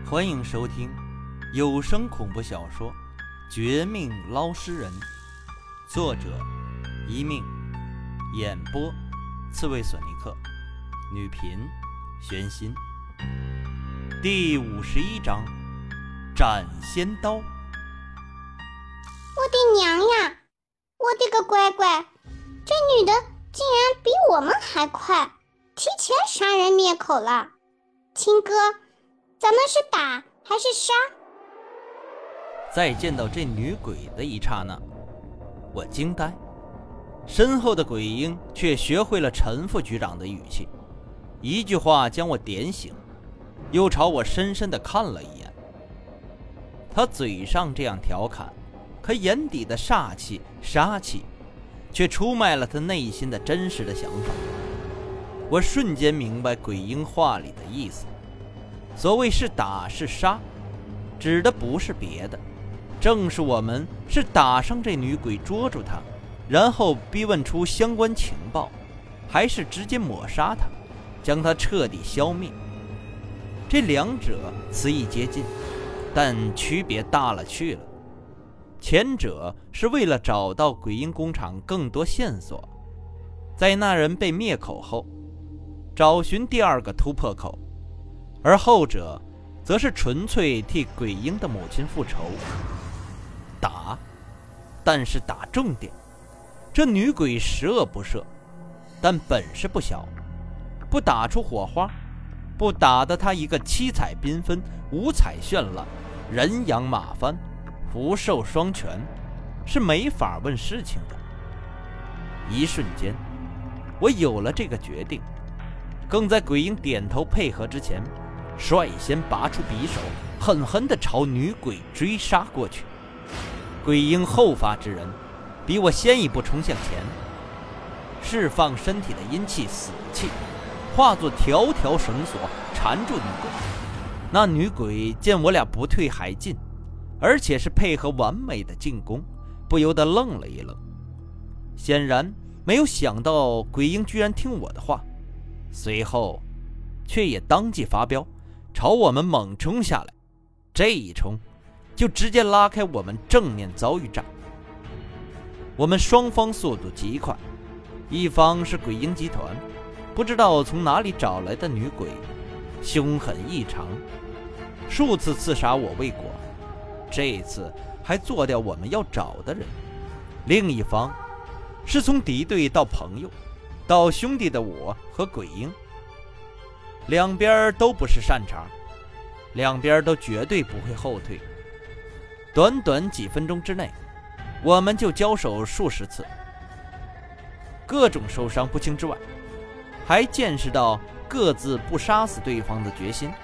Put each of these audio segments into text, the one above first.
欢迎收听有声恐怖小说《绝命捞尸人》，作者一命，演播刺猬索尼克，女频玄心。第51章，斩仙刀。 我的娘呀，我的个乖乖，这女的竟然比我们还快，提前杀人灭口了。亲哥，咱们是打还是杀？ 在见到这女鬼的一刹那，我惊呆，身后的鬼婴却学会了陈副局长的语气，一句话将我点醒，又朝我深深地看了一眼。他嘴上这样调侃，可眼底的煞气杀气却出卖了他内心的真实的想法。我瞬间明白鬼婴话里的意思，所谓是打是杀，指的不是别的，正是我们是打伤这女鬼，捉住她，然后逼问出相关情报，还是直接抹杀她，将她彻底消灭。这两者词义接近，但区别大了去了。前者是为了找到鬼婴工厂更多线索，在那人被灭口后找寻第二个突破口，而后者则是纯粹替鬼婴的母亲复仇。打，但是打重点。这女鬼十恶不赦，但本事不小，不打出火花，不打得她一个七彩缤纷，五彩绚烂，人仰马翻，福寿双全，是没法问事情的。一瞬间，我有了这个决定，更在鬼婴点头配合之前，率先拔出匕首，狠狠地朝女鬼追杀过去。鬼婴后发制人，比我先一步冲向前，释放身体的阴气死气，化作条条绳索缠住女鬼。那女鬼见我俩不退还进，而且是配合完美的进攻，不由得愣了一愣，显然没有想到鬼婴居然听我的话，随后却也当即发飙，朝我们猛冲下来。这一冲就直接拉开我们正面遭遇战。我们双方速度极快，一方是鬼婴集团，不知道从哪里找来的女鬼，凶狠异常，数次刺杀我未果，这一次还做掉我们要找的人。另一方是从敌对到朋友到兄弟的我和鬼婴，两边都不是善茬，两边都绝对不会后退。短短几分钟之内，我们就交手数十次，各种受伤不轻之外，还见识到各自不杀死对方的决心。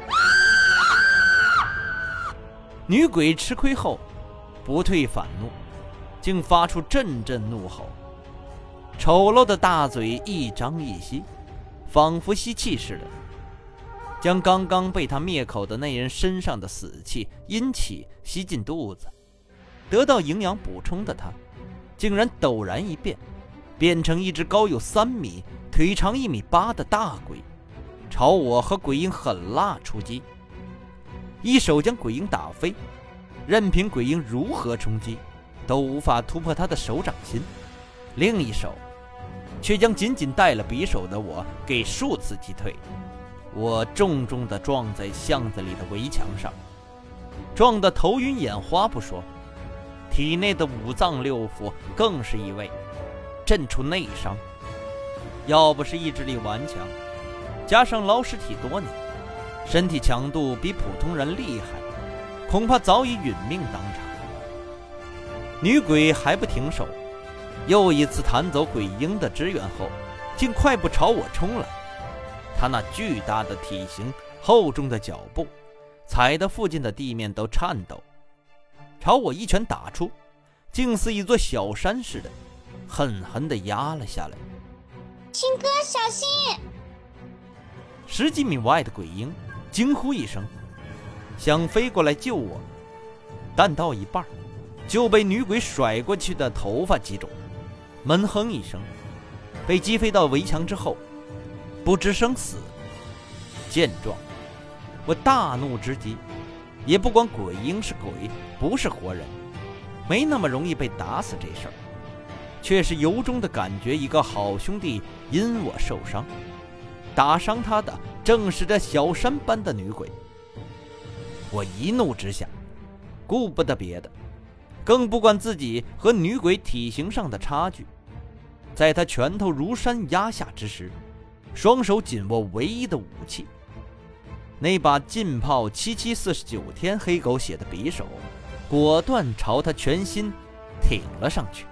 女鬼吃亏后不退反怒，竟发出阵阵怒吼，丑陋的大嘴一张一吸，仿佛吸气似的，将刚刚被他灭口的那人身上的死气阴气吸进肚子。得到营养补充的他竟然陡然一变，变成一只高有3米腿长1.8米的大鬼，朝我和鬼婴狠辣出击，一手将鬼婴打飞，任凭鬼婴如何冲击都无法突破他的手掌心，另一手却将紧紧带了匕首的我给数次击退。我重重地撞在巷子里的围墙上，撞得头晕眼花不说，体内的5脏6腑更是一位，震出内伤。要不是意志力顽强，加上捞尸体多年，身体强度比普通人厉害，恐怕早已殒命当场。女鬼还不停手，又一次弹走鬼婴的支援后，竟快步朝我冲来。她那巨大的体型，厚重的脚步，踩得附近的地面都颤抖，朝我一拳打出，竟似一座小山似的，狠狠地压了下来。 亲哥，小心 ！10几米外的鬼婴惊呼一声，想飞过来救我，但到一半就被女鬼甩过去的头发击中，闷哼一声，被击飞到围墙之后，不知生死。见状， 我大怒之极，也不管鬼婴是鬼不是活人，没那么容易被打死这事儿，却是由衷的感觉一个好兄弟因我受伤，打伤他的正是这小山般的女鬼。我一怒之下，顾不得别的，更不管自己和女鬼体型上的差距，在他拳头如山压下之时，双手紧握唯一的武器，那把浸泡7749天黑狗血的匕首，果断朝他全心挺了上去。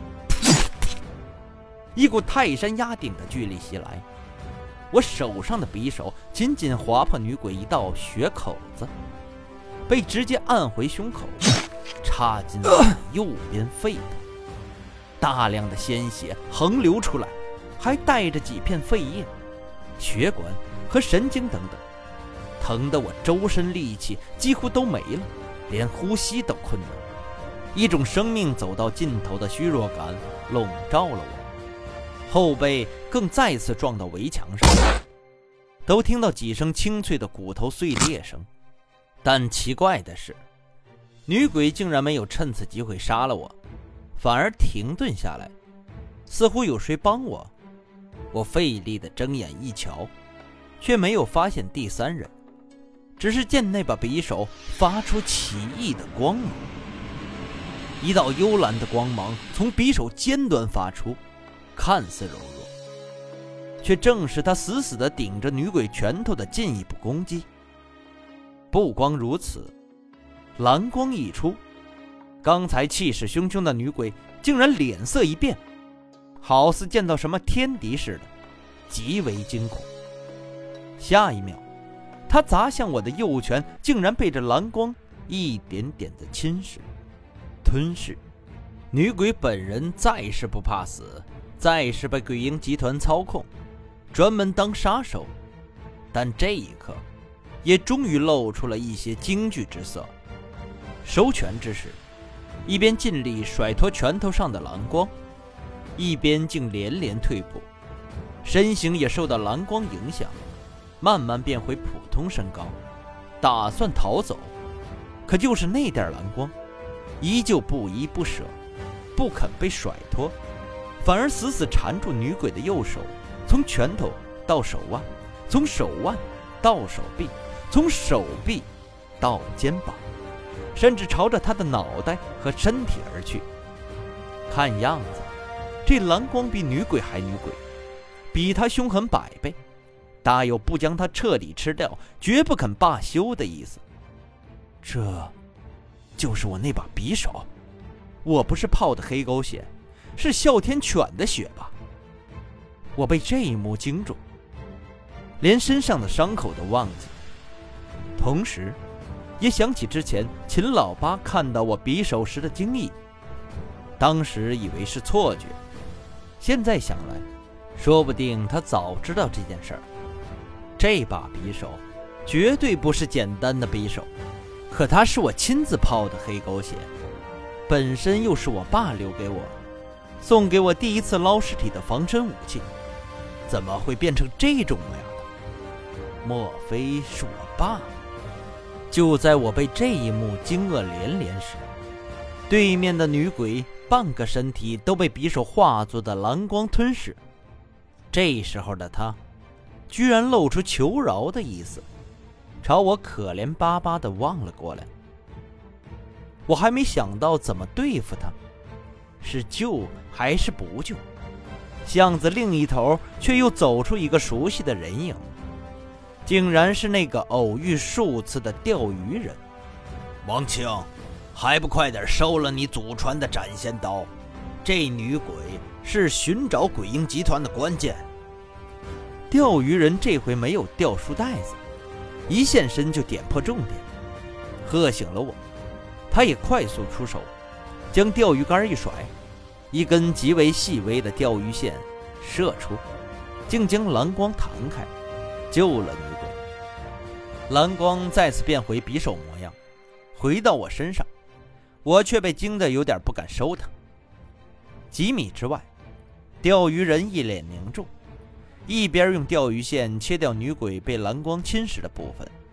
一股泰山压顶的巨力袭来，我手上的匕首仅仅划破女鬼一道血口子，被直接按回胸口，插进了右边肺部，大量的鲜血横流出来，还带着几片肺叶、血管和神经等等，疼得我周身力气几乎都没了，连呼吸都困难，一种生命走到尽头的虚弱感笼罩了我，后背更再次撞到围墙上，都听到几声清脆的骨头碎裂声。但奇怪的是，女鬼竟然没有趁此机会杀了我，反而停顿下来，似乎有谁帮我。我费力的睁眼一瞧，却没有发现第三人，只是见那把匕首发出奇异的光芒，一道幽蓝的光芒从匕首尖端发出，看似柔弱，却正是他死死地顶着女鬼拳头的进一步攻击。不光如此，蓝光一出，刚才气势汹汹的女鬼竟然脸色一变，好似见到什么天敌似的，极为惊恐。下一秒，她砸向我的右拳竟然被这蓝光一点点的侵蚀、吞噬。女鬼本人再是不怕死，再是被鬼婴集团操控，专门当杀手，但这一刻也终于露出了一些惊惧之色。收拳之时，一边尽力甩脱拳头上的蓝光，一边竟连连退步，身形也受到蓝光影响，慢慢变回普通身高，打算逃走。可就是那点蓝光依旧不依不舍，不肯被甩脱，反而死死缠住女鬼的右手，从拳头到手腕，从手腕到手臂，从手臂到肩膀，甚至朝着她的脑袋和身体而去。看样子这蓝光比女鬼还女鬼，比她凶狠100倍，大有不将她彻底吃掉绝不肯罢休的意思。这就是我那把匕首，我不是泡的黑狗血，是哮天犬的血吧？我被这一幕惊住，连身上的伤口都忘记，同时也想起之前秦老八看到我匕首时的惊异，当时以为是错觉，现在想来，说不定他早知道这件事儿。这把匕首绝对不是简单的匕首，可它是我亲自泡的黑狗血，本身又是我爸留给我、送给我第一次捞尸体的防身武器，怎么会变成这种模样的？莫非是我爸？就在我被这一幕惊愕连连时，对面的女鬼半个身体都被匕首化作的蓝光吞噬。这时候的她居然露出求饶的意思，朝我可怜巴巴地望了过来。我还没想到怎么对付她，是救还是不救。巷子另一头却又走出一个熟悉的人影，竟然是那个偶遇数次的钓鱼人。 王庆，还不快点收了你祖传的斩仙刀，这女鬼是寻找鬼婴集团的关键。 钓鱼人这回没有掉书袋子，一现身就点破重点，喝醒了我。他也快速出手，将钓鱼竿一甩，一根极为细微的钓鱼线射出，竟将蓝光弹开，救了女鬼。蓝光再次变回匕首模样，回到我身上，我却被惊得有点不敢收它。几米之外，钓鱼人一脸凝重，一边用钓鱼线切掉女鬼被蓝光侵蚀的部分，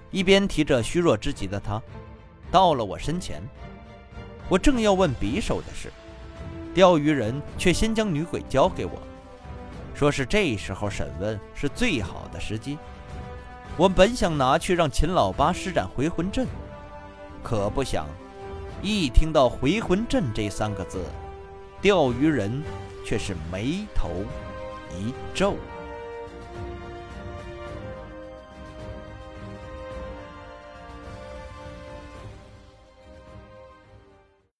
一边提着虚弱之极的他，到了我身前。我正要问匕首的事，钓鱼人却先将女鬼交给我，说是这时候审问是最好的时机。我本想拿去让秦老八施展回魂阵，可不想一听到回魂阵这3个字，钓鱼人却是眉头一皱。